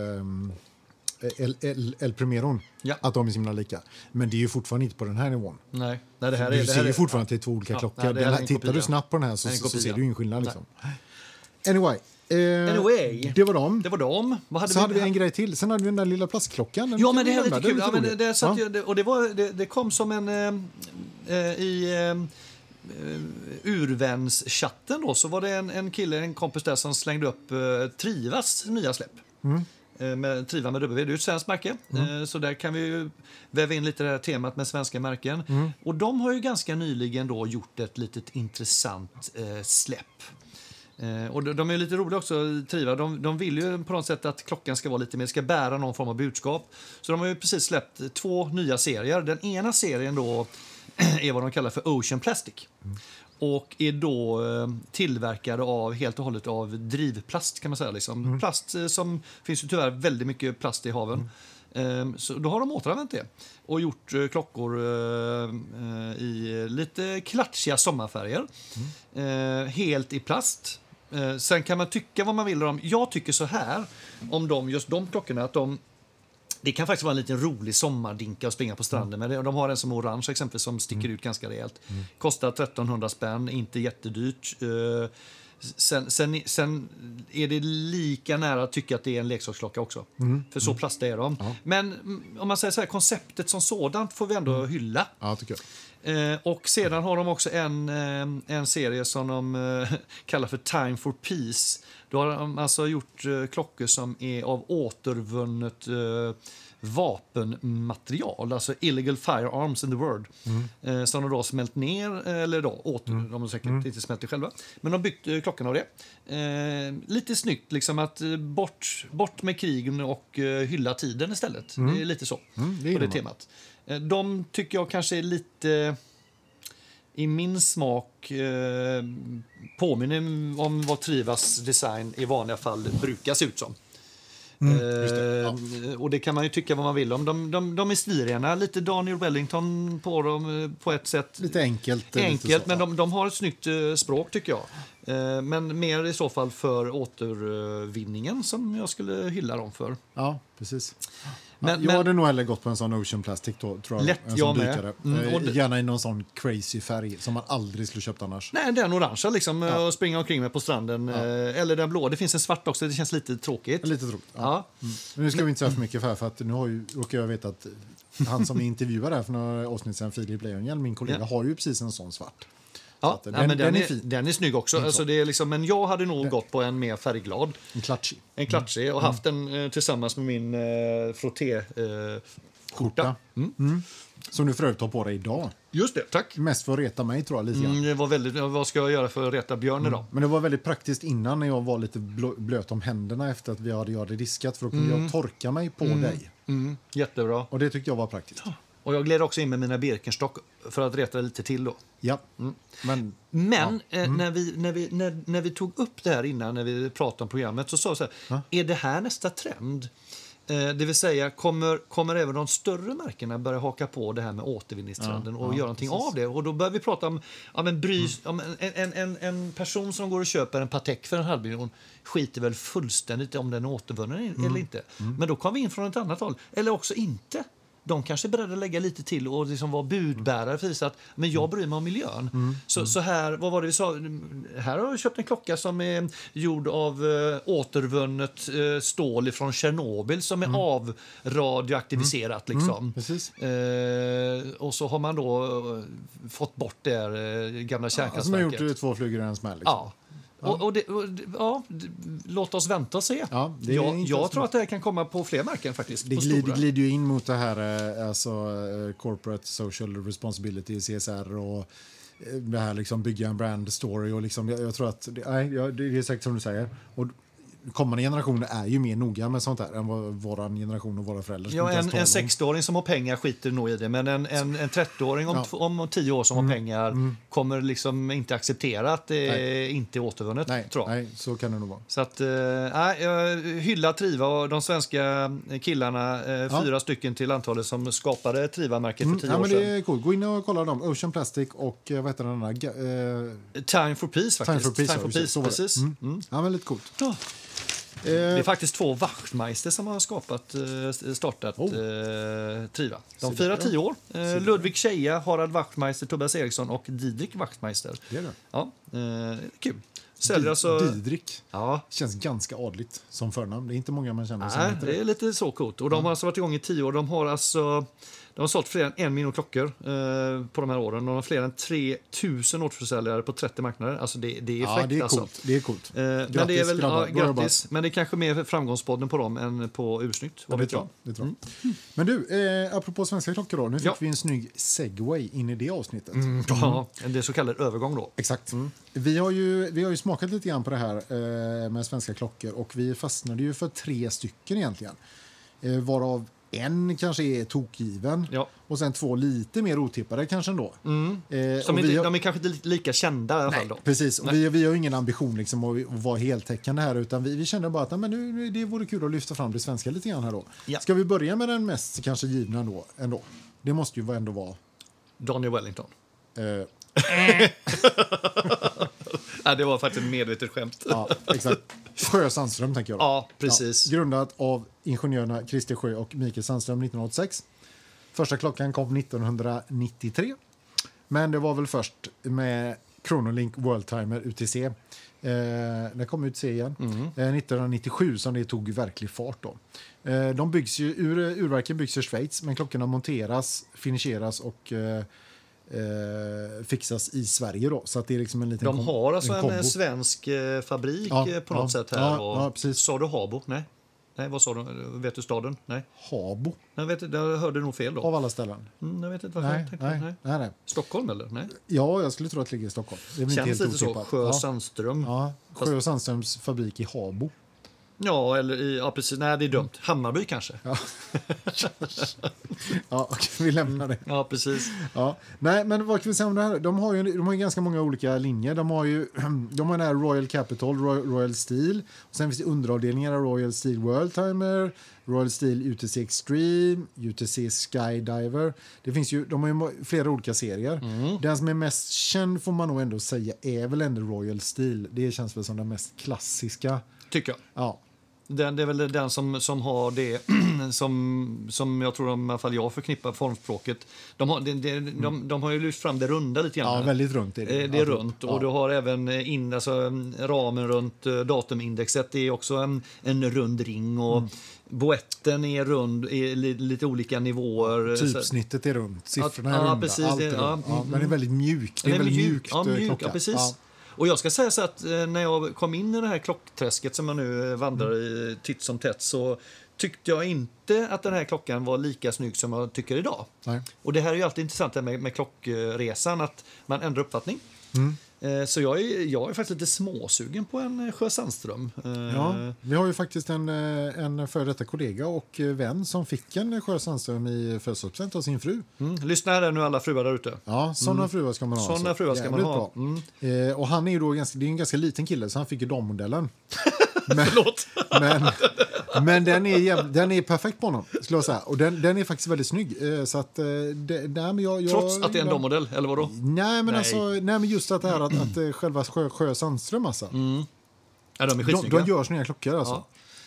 El Primeron, att de är så himla lika. Men det är ju fortfarande inte på den här nivån. Nej, det här du ser ju fortfarande att det är två olika klockor. Tittar du snabbt på den här så ser du ju ingen skillnad. Liksom. Anyway, det var dem. Så hade vi en grej till. Sen hade vi den där lilla plastklockan. Men det här är lite kul. Ja, men det kom som en i urvänschatten då, så var det en kompis där som slängde upp Trivas nya släpp. Med Triva med W, det är ett svenskt märke. Så där kan vi ju väva in lite det här temat med svenska märken. Och de har ju ganska nyligen då gjort ett litet intressant släpp. Och de är ju lite roliga också, Triva. De vill ju på något sätt att klockan ska vara lite mer, ska bära någon form av budskap. Så de har ju precis släppt 2 nya serier. Den ena serien då är vad de kallar för Ocean Plastic. Och är då tillverkade av helt och hållet av drivplast kan man säga. Liksom. Plast som finns ju tyvärr väldigt mycket plast i haven. Så då har de återanvänt det och gjort klockor i lite klatschiga sommarfärger. Helt i plast. Sen kan man tycka vad man vill om. Jag tycker så här om just de klockorna att det kan faktiskt vara en liten rolig sommardinka att springa på stranden. Men de har en som orange exempelvis som sticker ut ganska rejält. Kostar 1300 spänn, inte jättedyrt. Sen är det lika nära att tycka att det är en leksaksklocka också. För så plastiga är de. Men om man säger så här, konceptet som sådant får vi ändå hylla. Ja, tycker jag. Och sedan har de också en serie som de kallar för Time for Peace. Då har de alltså gjort klockor som är av återvunnet vapenmaterial, alltså illegal firearms in the world. Som de då smält ner, eller då de har säkert inte smält det själva. Men de byggt klockan av det. Lite snyggt liksom att bort med krigen och hylla tiden istället. Det är lite så på det temat. De tycker jag kanske är lite i min smak påminner om vad Trivas design i vanliga fall brukar se ut som. Och det kan man ju tycka vad man vill om. De är stilrena, lite Daniel Wellington på dem på ett sätt. Lite enkelt men de har ett snyggt språk tycker jag. Men mer i så fall för återvinningen som jag skulle hylla dem för. Ja, precis. Jag hade nog hellre gått på en sån Ocean Plastic då, tror jag. Lätt, jag med. Gärna i någon sån crazy färg som man aldrig skulle köpt annars. Nej, den orangea liksom, och springa omkring med på stranden. Eller den blå. Det finns en svart också, det känns lite tråkigt. Lite tråkigt, ja. Men nu ska vi inte säga för mycket för att nu råkar jag veta att han som intervjuar här för några avsnitt sedan, Filip Lejonhjälm, min kollega, har ju precis en sån svart. Ja, men den är fin. Den är snygg också. Alltså det är liksom, men jag hade nog gått på en mer färgglad. En klatschig. Och haft den tillsammans med min frotté-skjorta. Som du för övrigt har på dig idag. Just det, tack. Mest för att reta mig tror jag lite grann. Det var väldigt, vad ska jag göra för att reta Björn idag? Men det var väldigt praktiskt innan när jag var lite blöt om händerna efter att jag hade diskat. För då kunde jag torka mig på dig. Jättebra. Och det tyckte jag var praktiskt. Och jag gled också in med mina Birkenstock för att reta lite till då. Ja. När vi tog upp det här innan, när vi pratade om programmet, så sa jag så här, är det här nästa trend? Det vill säga, kommer även de större märkena börja haka på det här med återvinningstrenden och göra någonting av det? Och då börjar vi prata om en person som går och köper en Patek för 500 000 skiter väl fullständigt om den är återvunnen eller inte. Men då kommer vi in från ett annat håll. Eller också inte. De kanske är beredda att lägga lite till och liksom vara budbärare för att men jag bryr mig om miljön. Så här, vad var det vi sa? Här har jag köpt en klocka som är gjord av återvunnet stål från Tjernobyl som är avradioaktiviserat. Liksom. Och så har man då fått bort det gamla kärnkraftverket. Som har gjort 2 flugor i en smäll. Liksom. Låt oss vänta och se. Jag tror att det här kan komma på fler märken faktiskt. Det glider ju in mot det här alltså, corporate social responsibility, CSR och det här liksom bygga en brand story och liksom, jag tror att det är säkert som du säger. Och kommande generationer är ju mer noga med sånt här än vad våran generation och våra föräldrar. Ja, en 60-åring som har pengar skiter nog i det, men en 30-åring om 10 år som har pengar kommer liksom inte acceptera att det inte är återvunnet. Nej, så kan det nog vara. Så att, hylla Triva och de svenska killarna, 4 stycken till antalet som skapade Triva-märket för 10 år sedan. Det är coolt. Gå in och kolla dem. Ocean Plastic och vad heter den där? Time for Peace faktiskt. Time for Peace, precis. Ja, men lite coolt. Ja. Det är faktiskt 2 Wachtmeister som har startat Triva. De firar 10 år. Ludvig Scheia, Harald Wachtmeister, Tobias Eriksson och Didrik Wachtmeister. Det är det. Ja, kul. Säljer alltså... Didrik. Ja. Känns ganska adligt som förnamn. Det är inte många man känner som heter det. Det är lite så coolt. Och de har alltså varit igång i 10 år. De har sålt fler än 1 miljon klockor på de här åren. Och de har fler än 3000 årsförsäljare på 30 marknader. Alltså det är fräckt. Det är alltså. coolt. Det är coolt. Grattis, men det är väl, grattis. Men det är kanske mer framgångspodden på dem än på Ursnyggt. Vad vet jag? Det tror jag. Men du, apropå svenska klockor då. Nu fick vi en snygg segway in i det avsnittet. Ja, det är så kallad övergång då. Exakt. Vi har ju smakat lite grann på det här med svenska klockor. Och vi fastnade ju för 3 stycken egentligen. Varav en kanske är tokgiven och sen 2 lite mer otippade kanske ändå. De är kanske inte lika kända i alla fall då. Precis, och vi har ju ingen ambition liksom att vara heltäckande här, utan vi kände bara att nu, det vore kul att lyfta fram det svenska lite grann här då. Ja. Ska vi börja med den mest kanske givna ändå? Det måste ju ändå vara... Daniel Wellington. Nej, det var faktiskt ett medvetet skämt. Ja, exakt. Sjö Sandström tänker jag då. Ja, precis. Ja, grundat av ingenjörerna Christer Sjö och Mikael Sandström 1986. Första klockan kom 1993. Men det var väl först med Chronolink World Timer UTC. Den kom UTC igen. 1997 som det tog verklig fart då. De byggs ju, urverken byggs i Schweiz, men klockorna monteras, finisheras och fixas i Sverige då, så att det är liksom en liten de har alltså en svensk fabrik på något sätt här. Precis. Sa du Habo? Nej, vad sa du? Vet du staden? Nej. Habo? Jag hörde nog fel då. Av alla ställen. Jag vet inte varför jag tänkte. Nej. Stockholm eller? Nej. Ja, jag skulle tro att det ligger i Stockholm. Det är känns inte helt lite så. Sjö Sandström. Ja, Sjö Sandströms fabrik i Habo. Ja, eller precis. Nej, det är dumt. Hammarby kanske. Ja, vi lämnar det. Ja, precis. Ja. Nej, men vad kan vi säga om det här? De har ju ganska många olika linjer. De har den här Royal Capital, Royal Steel. Och sen finns det underavdelningar av Royal Steel World Timer, Royal Steel UTC Extreme, UTC Skydiver. Det finns ju, de har ju flera olika serier. Den som är mest känd får man nog ändå säga är väl ändå Royal Steel. Det känns väl som den mest klassiska. Tycker jag. Ja. Det är väl den som har det som jag tror i alla fall jag förknippar formspråket. De har ju lyft fram det runda lite grann. Ja, väldigt runt är det. Det är runt och du har även ramen runt datumindexet. Det är också en rund ring och boetten är rund i lite olika nivåer. Typsnittet är runt, siffrorna är runda. Precis, allt är runt. Den är väldigt mjuk. Det är väldigt mjukt klocka. Ja, precis. Ja. Och jag ska säga så att när jag kom in i det här klockträsket som jag nu vandrar i titt som tätt, så tyckte jag inte att den här klockan var lika snygg som jag tycker idag. Nej. Och det här är ju alltid intressant med klockresan, att man ändrar uppfattning. Så jag är faktiskt lite småsugen på en Sjö Sandström. Ja, vi har ju faktiskt en före detta kollega och vän som fick en Sjö Sandström i födelsedagspresent av sin fru. Lyssna här nu alla fruar där ute. Ja, sådana fruar ska man ha. Sådana fruar ska man ha. Och han är ju då det är en ganska liten kille, så han fick ju dammodellen. Förlåt. Men den är perfekt på honom, skulle jag säga. Och den är faktiskt väldigt snygg. Så att, trots att det är en dammodell, eller vadå? Nej, men just att det här att själva Sjö Sandström alltså. Ja, de är skitsnygga. De gör snygga klockor alltså.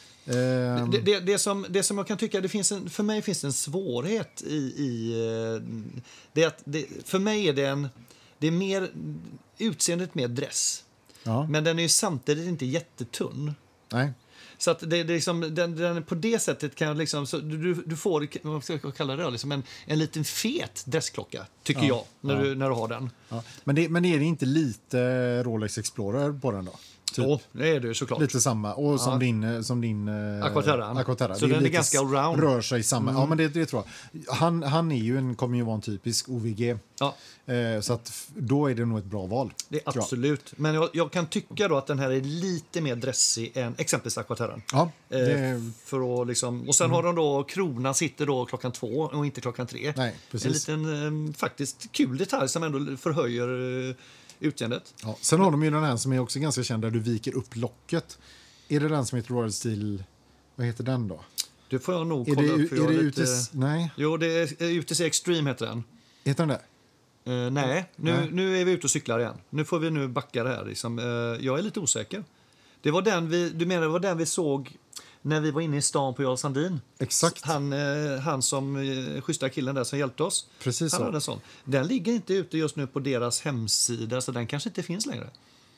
Ja. Det som jag kan tycka, för mig finns det en svårighet i det att för mig är det är mer utseendet mer dress. Ja. Men den är ju samtidigt inte jättetunn. Nej. Så att det är liksom, den på det sättet kan liksom, så du får, vad ska jag kalla det, liksom en liten fet dressklocka, tycker jag, när du har den. Ja. Men är det inte lite Rolex Explorer på den då? typ. Jo, det är det ju såklart. Lite samma. Och som din Aquaterra. Så det den är ganska allround. Rör sig samma. Ja, men det tror jag. Han är ju kommer ju vara en typisk OVG. Ja. Så att då är det nog ett bra val. Det är absolut. Men jag kan tycka då att den här är lite mer dressig än exempelvis Aquaterran. Ja, för att liksom, och sen har de då, kronan sitter då 2:00 och inte 3:00. Nej, precis. En liten faktiskt kul detalj som ändå förhöjer utseendet. Ja. Sen har de ju den här som är också ganska känd där du viker upp locket. Är det den som heter Royal Steel? Vad heter den då? Det får jag nog kolla upp. Är det UTC? Nej. Jo, det är UTC Extreme heter den. Heter den det? Nej, nu är vi ute och cyklar igen. Nu får vi backa det här. Liksom. Jag är lite osäker. Det var det var den vi såg när vi var inne i stan på Jarl Sandin. Exakt. Han som schyssta killen där som hjälpte oss. Precis han så. hade en sån. Den ligger inte ute just nu på deras hemsida, så den kanske inte finns längre.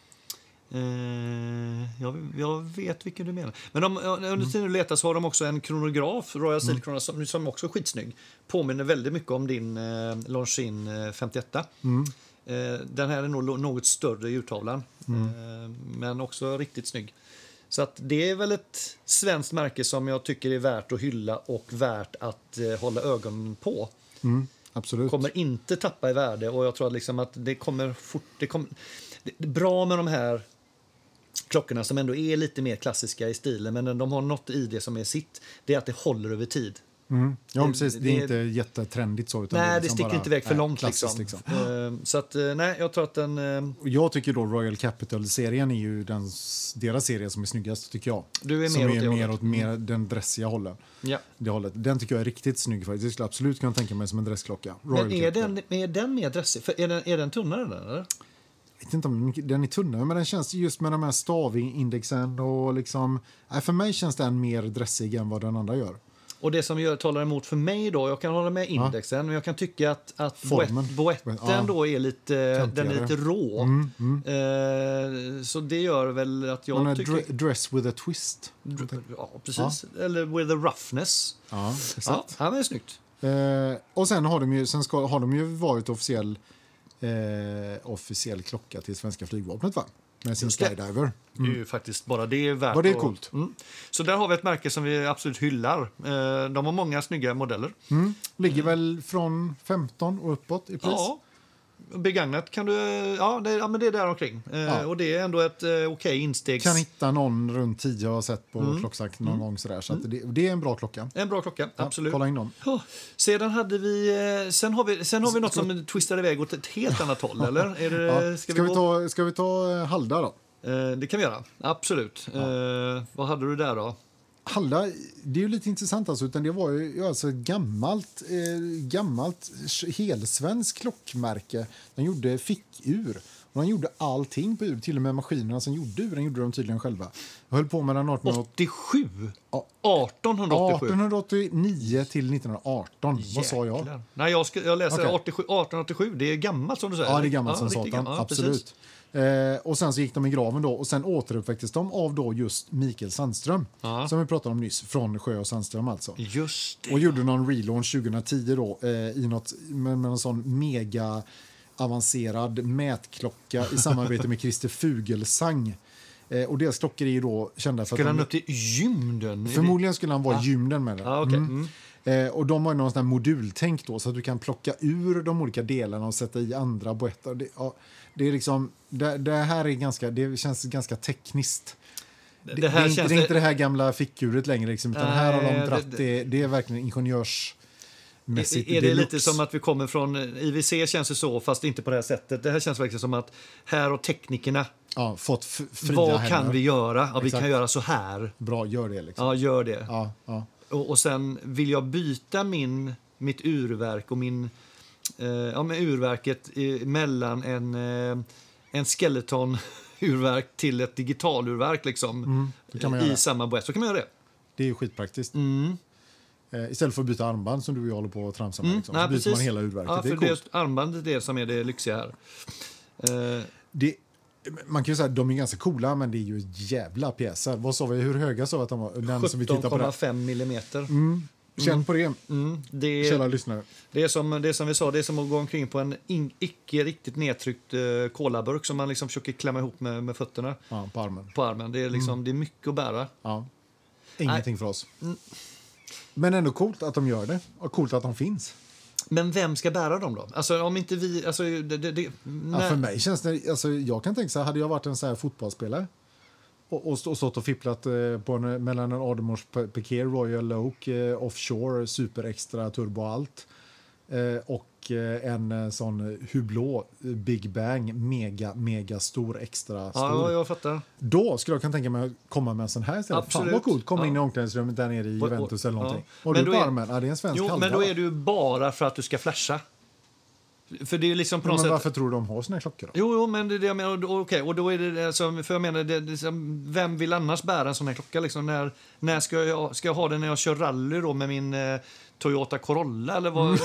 Jag vet vilken du menar. Men under tiden du letar så har de också en kronograf, Royal Steel kronograf, som också är skitsnygg. Påminner väldigt mycket om din Longines 51. Den här är nog något större i urtavlan. Men också riktigt snygg. Så att det är väl ett svenskt märke som jag tycker är värt att hylla och värt att hålla ögonen på. Absolut. Kommer inte tappa i värde, och jag tror liksom att det kommer fort. Det är bra med de här klockorna som ändå är lite mer klassiska i stilen, men de har något i det som är sitt. Det är att det håller över tid. Ja, precis. Det är inte jättetrendigt så. Utan nej, det liksom sticker inte iväg för långt. Liksom. Så att, nej, jag tror att den... Jag tycker då Royal Capital-serien är ju deras serie som är snyggast, tycker jag. Du är som mer åt mer den dressiga hållen. Ja. Det hållet. Den tycker jag är riktigt snygg faktiskt. Jag skulle absolut kunna tänka mig som en dressklocka. Men är den mer dressig? För är den tunnare den, eller? Jag vet inte om den är tunnare, men den känns just med de här stavindexen och liksom... för mig känns den mer dressig än vad den andra gör. Och det som talar emot för mig då, jag kan hålla med indexen, men jag kan tycka att boetten då är lite, den är lite rå. Så det gör väl att jag tycker... Dress with a twist. Ja, precis. Ja. Eller with a roughness. Ja, exakt. Ja, men det är snyggt. Och sen har de ju varit officiell klocka till svenska flygvapnet, va? Med sin Skydiver. Det är ju faktiskt bara det är värt. Var det är coolt. Så där har vi ett märke som vi absolut hyllar. De har många snygga modeller. Ligger väl från 15 och uppåt i pris. Ja. Begagnat kan du... men det är där omkring. Och det är ändå ett okej instegs... Kan hitta någon runt 10 jag har sett på Klocksack någon gång sådär. Så att det är en bra klocka. En bra klocka, absolut. Kolla in dem. Sedan har vi något som twistar iväg åt ett helt annat håll, eller? Är det, ska vi ta Halda då? Det kan vi göra, absolut. Vad hade du där då? Halda, det är ju lite intressant alltså, utan det var ju alltså ett gammalt helsvensk klockmärke. Den gjorde fickur. Och de gjorde allting på ur, till och med maskinerna som gjorde uren gjorde de tydligen själva. Jag höll på med den 1887? Ja. 1889 till 1918. Jäklar. Vad sa jag? Nej, jag läser 1887. Det är gammalt som du säger. Ja, det är gammalt som satan. Absolut. Och sen så gick de i graven då, och sen återuppväcktes de av då just Mikael Sandström, som vi pratade om nyss, från Sjö och Sandström alltså. Just det. Och gjorde någon relaunch 2010 då i något med en sån mega avancerad mätklocka i samarbete med Christer Fugelsang. Och deras klockor är ju då kända för skulle han upp till gymden? Förmodligen skulle han vara gymden med det. Okay. Och de har ju någon sån här modultänk då, så att du kan plocka ur de olika delarna och sätta i andra boetter. Det är liksom, det här är det känns ganska tekniskt. Det är inte det här gamla fickkuret längre, liksom, utan här har de dratt det är verkligen ingenjörsmässigt. Är det lite som att vi kommer från IWC, känns det så, fast inte på det här sättet. Det här känns verkligen som att här har teknikerna fått fria vad händer. Kan vi göra? Ja, vi kan göra så här. Bra, gör det liksom. Ja, gör det. Ja. Och sen vill jag byta mitt urverk och med urverket mellan en skeleton-urverk till ett digital-urverk liksom, i samma boett. Så kan man göra det. Det är ju skitpraktiskt. Istället för att byta armband som du och jag håller på och tramsa med. Liksom. Så byter man hela urverket. Ja, det är coolt. Armbandet är det som är det lyxiga här. Man kan ju säga att de är ganska coola, men det är ju jävla pjäser. Vad sa vi? Hur höga sa vi att de var? 17,5 millimeter. Känn på det, kära lyssnare. Det är som vi sa, det är som att gå omkring på en icke riktigt nedtryckt kolaburk som man liksom försöker klämma ihop med fötterna. Ja, på armen. Det är liksom, det är mycket att bära. Ja. Ingenting för oss. Men ändå coolt att de gör det. Och coolt att de finns. Men vem ska bära dem då? Alltså om inte vi... Alltså, för mig känns det... Alltså, jag kan tänka så här, hade jag varit en så här fotbollsspelare och stått och fipplat mellan en Ademors Piqué, Royal Oak, Offshore, Super Extra, Turbo Allt och en sån Hublot Big Bang mega stor extra stor. Ja, jag fattar. Då skulle jag kunna tänka mig att komma med en sån här istället. Absolut. Fan vad coolt, komma in i omklädningsrummet där nere i Juventus eller någonting. Och men du på armen, det är en svensk halvdra. Men då är du bara för att du ska flasha. För det är liksom på något sätt... Varför tror du de har sina klockor då? Jo, men det är det jag menar. Okej, och då är det alltså, för jag menar, vem vill annars bära en sån här klocka? Liksom, när ska jag ha den när jag kör rally då med min Toyota Corolla eller vad?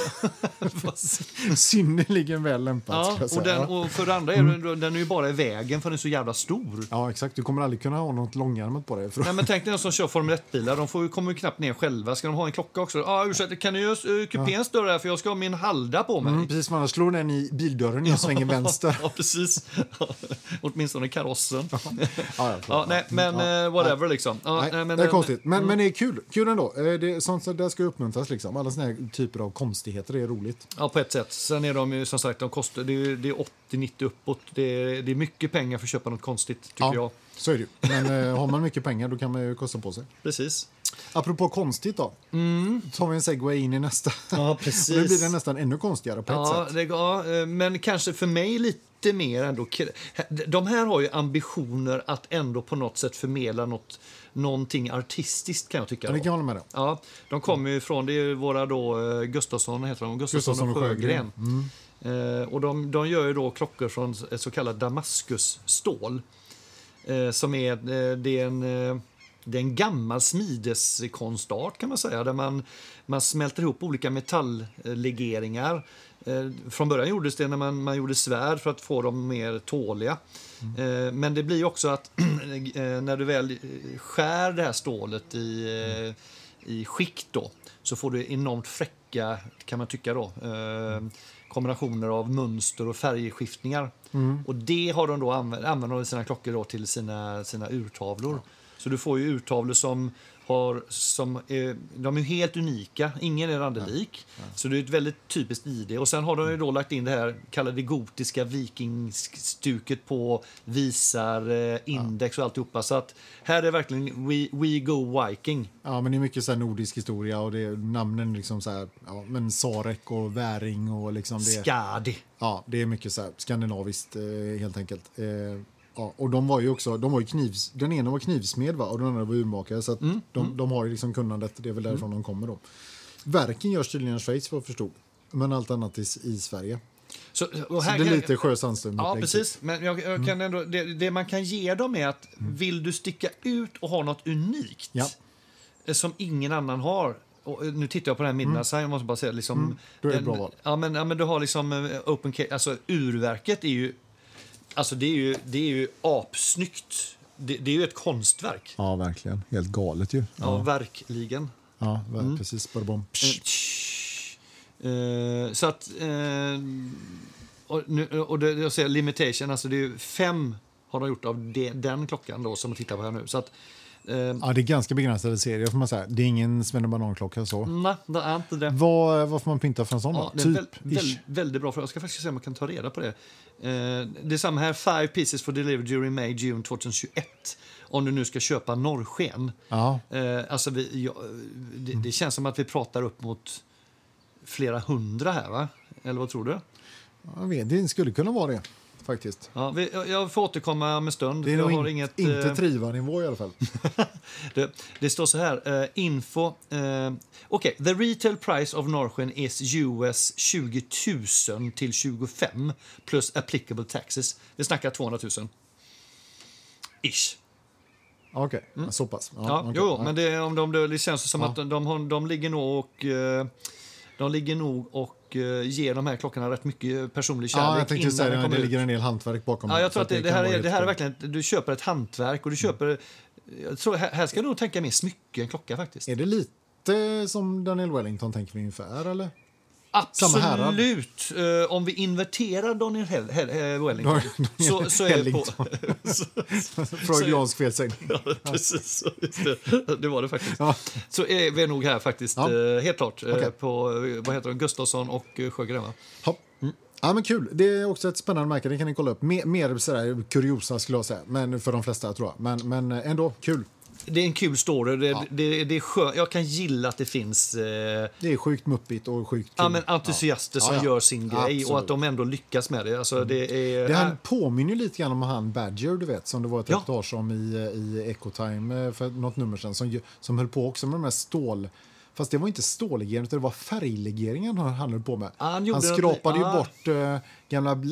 Synnerligen väl lämpat, ska jag säga. Och för det andra är den är ju bara i vägen för den är så jävla stor. Ja, exakt. Du kommer aldrig kunna ha något långärmat på dig. Nej, men tänk dig de som kör Formel 1-bilar. De kommer ju knappt ner själva. Ska de ha en klocka också? Ursäkta, kan du göra kupén större här för jag ska ha min halda på mig? Precis, man slår den i bildörren och svänger vänster. Ja, precis. Åtminstone karossen. Nej, whatever liksom. Nej, det är konstigt. Men det är kul. Kul ändå. Det är sånt som där ska uppmuntras liksom. Alla såna här typer av konstigheter är roligt. Ja, på ett sätt. Sen är de ju som sagt, de kostar, det är 80-90 uppåt. Det är mycket pengar för att köpa något konstigt, tycker jag. Så är det ju. Men har man mycket pengar då kan man ju kosta på sig. Precis. Apropå konstigt då. Tar vi en segway in i nästa. Ja, precis. Och det blir det nästan ännu konstigare på ett sätt. Men kanske för mig lite mer ändå. De här har ju ambitioner att ändå på något sätt förmedla någonting artistiskt, kan jag tycka. Ja, det kan jag hålla med om. Ja, de kommer ju från, det är våra då Gustafsson och Sjögren. Och de gör ju då klockor från ett så kallat Damaskusstål. Som det är en gammal smideskonstart, kan man säga, där man smälter ihop olika metalllegeringar. Från början gjordes det när man gjorde svärd för att få dem mer tåliga. Men det blir också att när du väl skär det här stålet i skikt då, så får du enormt fräcka, kan man tycka då, kombinationer av mönster och färgskiftningar. Och det har de då använder sina klockor då till sina urtavlor. Så du får ju urtavlor de är helt unika. Ingen är andra lik. Så det är ett väldigt typiskt ID. Och sen har de ju då lagt in det här kallade gotiska vikingstuket på visar, index och alltihopa. Så att här är verkligen we go Viking. Ja, men det är mycket så här nordisk historia och det är namnen liksom så här, men Sarek och Väring och liksom det. Skadi. Ja, det är mycket så här skandinaviskt helt enkelt. Ja, och de var ju den ena var knivsmed, va, och den andra var urmakare, så att de har ju liksom kunnandet, det är väl därifrån de kommer då. Verken görs tydligen i Schweiz, vad jag förstod, men allt annat i Sverige. Så det är lite Sjösandström. Ja, precis. Men jag kan ändå, det man kan ge dem är att vill du sticka ut och ha något unikt som ingen annan har. Och nu tittar jag på den här Midnight, jag måste bara säga liksom, då är det bra val. Ja, men du har liksom open case, alltså urverket är ju, alltså det är ju apsnyggt. Det är ju ett konstverk. Ja, verkligen. Helt galet ju. Ja, verkligen. Ja, precis. Så att jag säger limitation, alltså det är 5 har de gjort av den klockan då som man tittar på här nu. Så att ja, det är ganska begränsade serier, får man säga. Det är ingen Sven och Banan-klocka så. Nej, det är inte det. Vad får man pynta för en sån då? Det är väldigt bra, för jag ska faktiskt se om man kan ta reda på det. Det är samma här, 5 pieces for delivery during May, June 2021. Om du nu ska köpa norrsken. Ja. Alltså det känns som att vi pratar upp mot flera hundra här, va? Eller vad tror du? Jag vet, det skulle kunna vara det. Faktiskt. Ja, jag får återkomma med stund. Det är nog inte triva-nivå i alla fall. det står så här. Info. Okej, the retail price of Norrsken is US 20 000 till 25 plus applicable taxes. Vi snackar 200 000. Ish. Okej, så pass. Men det känns som att de ligger nog och ger de här klockorna rätt mycket personlig kärlek. Ja, jag tänkte säga det ligger en del hantverk bakom. Ja, jag tror att det här är verkligen, du köper ett hantverk och du köper, jag tror här ska du nog tänka mer smycke än klocka faktiskt. Är det lite lite som Daniel Wellington tänker vi ungefär, eller? Absolut. Om vi inverterar Daniel Wellington så är det på... Freudiansk felsägning. Ja, precis. Det var det faktiskt. Ja. Så är vi nog här faktiskt, helt klart, på vad heter det, Gustafsson och Sjögren, va? Ja. Ja, men kul. Det är också ett spännande märke, det kan ni kolla upp. Mer sådär kuriosa skulle jag säga, men för de flesta tror jag. Men ändå kul. Det är en kul story. Det är skön. Jag kan gilla att det finns... Det är sjukt muppigt och sjukt kul. Ja, men entusiaster som gör sin grej. Absolut. Och att de ändå lyckas med det. Alltså, det han påminner lite grann om han Badger, du vet, som det var ett reportage om i Ecotime för något nummer sedan, som höll på också med de här stål... Fast det var inte stållegering, utan det var färglegeringen han höll på med. Han skrapade ju bort gamla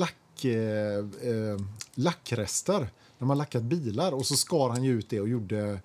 lackrester när man lackat bilar, och så skar han ju ut det och gjorde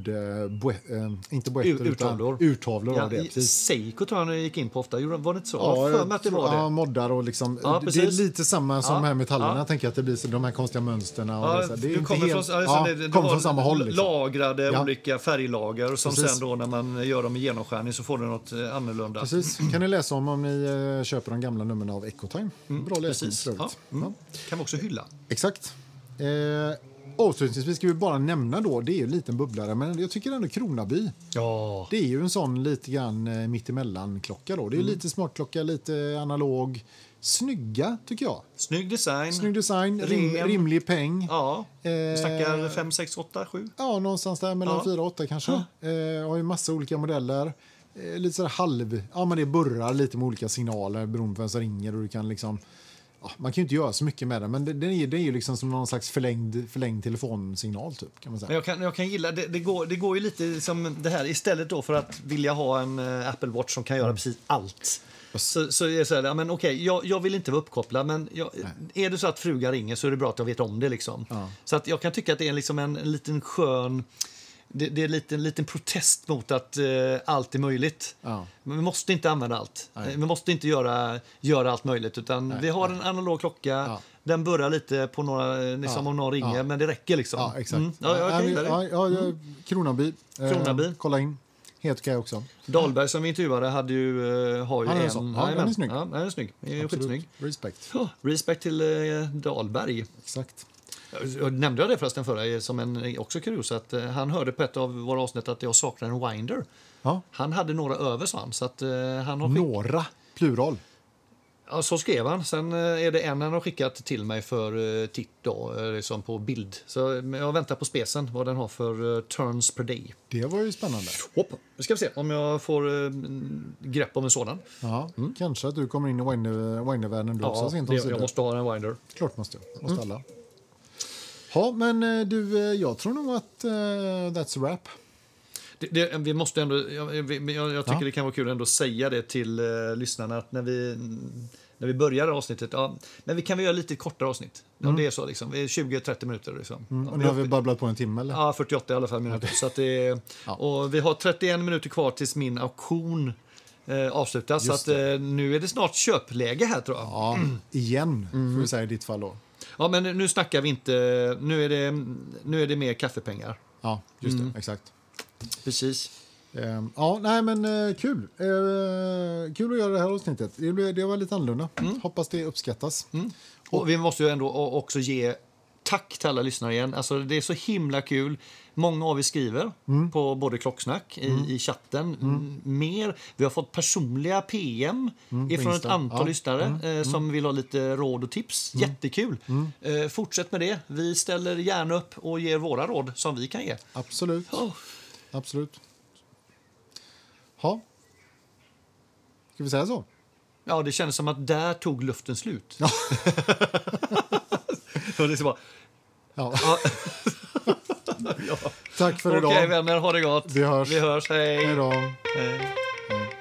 inte boetter utan urtavlor av det. Seiko tror jag han gick in på ofta. Var det inte så? För att det var det. Ja, moddar och liksom. Det är lite samma som de här metallerna. Jag tänker att det blir så, de här konstiga mönsterna. Och det kommer från samma håll. Liksom. Lagrade olika färglager som sen då när man gör dem i genomskärning så får det något annorlunda. Precis. Kan ni läsa om ni köper de gamla numren av Ecotime. Bra läsning. Kan vi också hylla. Exakt. Avslutningsvis ska vi bara nämna då, det är ju en liten bubblare, men jag tycker ändå Kronaby. Ja. Det är ju en sån lite grann mittemellan klocka då. Det är lite smartklocka, lite analog. Snygga, tycker jag. Snygg design. Rimlig peng. Ja. Vi snackar 5, 6, 8, 7. Ja, någonstans där mellan 4 och 8 kanske. Har ju massa olika modeller. Lite sådär men det burrar lite med olika signaler beroende på vem som ringer, och du kan liksom... Ja, man kan ju inte göra så mycket med den, men det är ju liksom som någon slags förlängd telefonsignal typ, kan man säga. Jag kan gilla det går ju lite som det här, istället då för att vilja ha en Apple Watch som kan göra precis allt. Så är det så här, men okej, jag vill inte vara uppkopplad, men är det så att frugan ringer så är det bra att jag vet om det liksom. Ja. Så att jag kan tycka att det är liksom en liten skön... Det är en liten protest mot att allt är möjligt. Ja. Men vi måste inte använda allt. Nej. Vi måste inte göra allt möjligt. Utan vi har en analog klocka. Ja. Den börjar lite på några, liksom om någon ringer. Men det räcker liksom. Ja, exakt. Kronaby. Kolla in. Helt okej också. Dahlberg som vi intervjuade har ju en... Han är snygg. Ja, han är snygg. Skitsnygg. Respect. Respect till Dahlberg. Exakt. Jag nämnde det förresten förra som också kurios, att han hörde på ett av våra avsnitt att jag saknar en winder. Ja. Han hade några över, så att han har några, plural. Ja, så skrev han. Sen är det en han har skickat till mig för titt då, liksom på bild. Så jag väntar på spesen, vad den har för turns per day. Det var ju spännande. Hopp. Nu ska vi se om jag får grepp om en sådan. Ja, kanske att du kommer in i windervärlden du också. Jag måste ha en winder. Klart måste alla. Ja, men du, jag tror nog att that's a wrap. Vi måste ändå, jag tycker det kan vara kul ändå att säga det till lyssnarna, att när vi börjar avsnittet, men vi kan väl göra lite kortare avsnitt. Om det är så liksom, 20-30 minuter liksom. Och nu har vi babblat på en timme eller? Ja, 48 i alla fall minuter. Så att och vi har 31 minuter kvar tills min auktion avslutas. Så att nu är det snart köpläge här, tror jag. Ja, igen får vi säga i ditt fall då. Ja, men nu snackar vi inte, nu är det mer kaffepengar. Ja, just det, exakt. Precis. Kul. Kul att göra det här avsnittet. Det var lite annorlunda. Hoppas det uppskattas. Och vi måste ju ändå också ge tack till alla lyssnare igen. Alltså, det är så himla kul. Många av er skriver på både Klocksnack i chatten. Mer. Vi har fått personliga PM ifrån ett antal lyssnare som vill ha lite råd och tips. Jättekul. Fortsätt med det. Vi ställer gärna upp och ger våra råd som vi kan ge. Absolut. Absolut. Ja. Ska vi säga så? Ja, det känns som att där tog luften slut. Ja. Det är så bara... Ja. Tack för idag. Okej, vänner, ha det gott. Vi hörs. Hej. Hej då. Hej.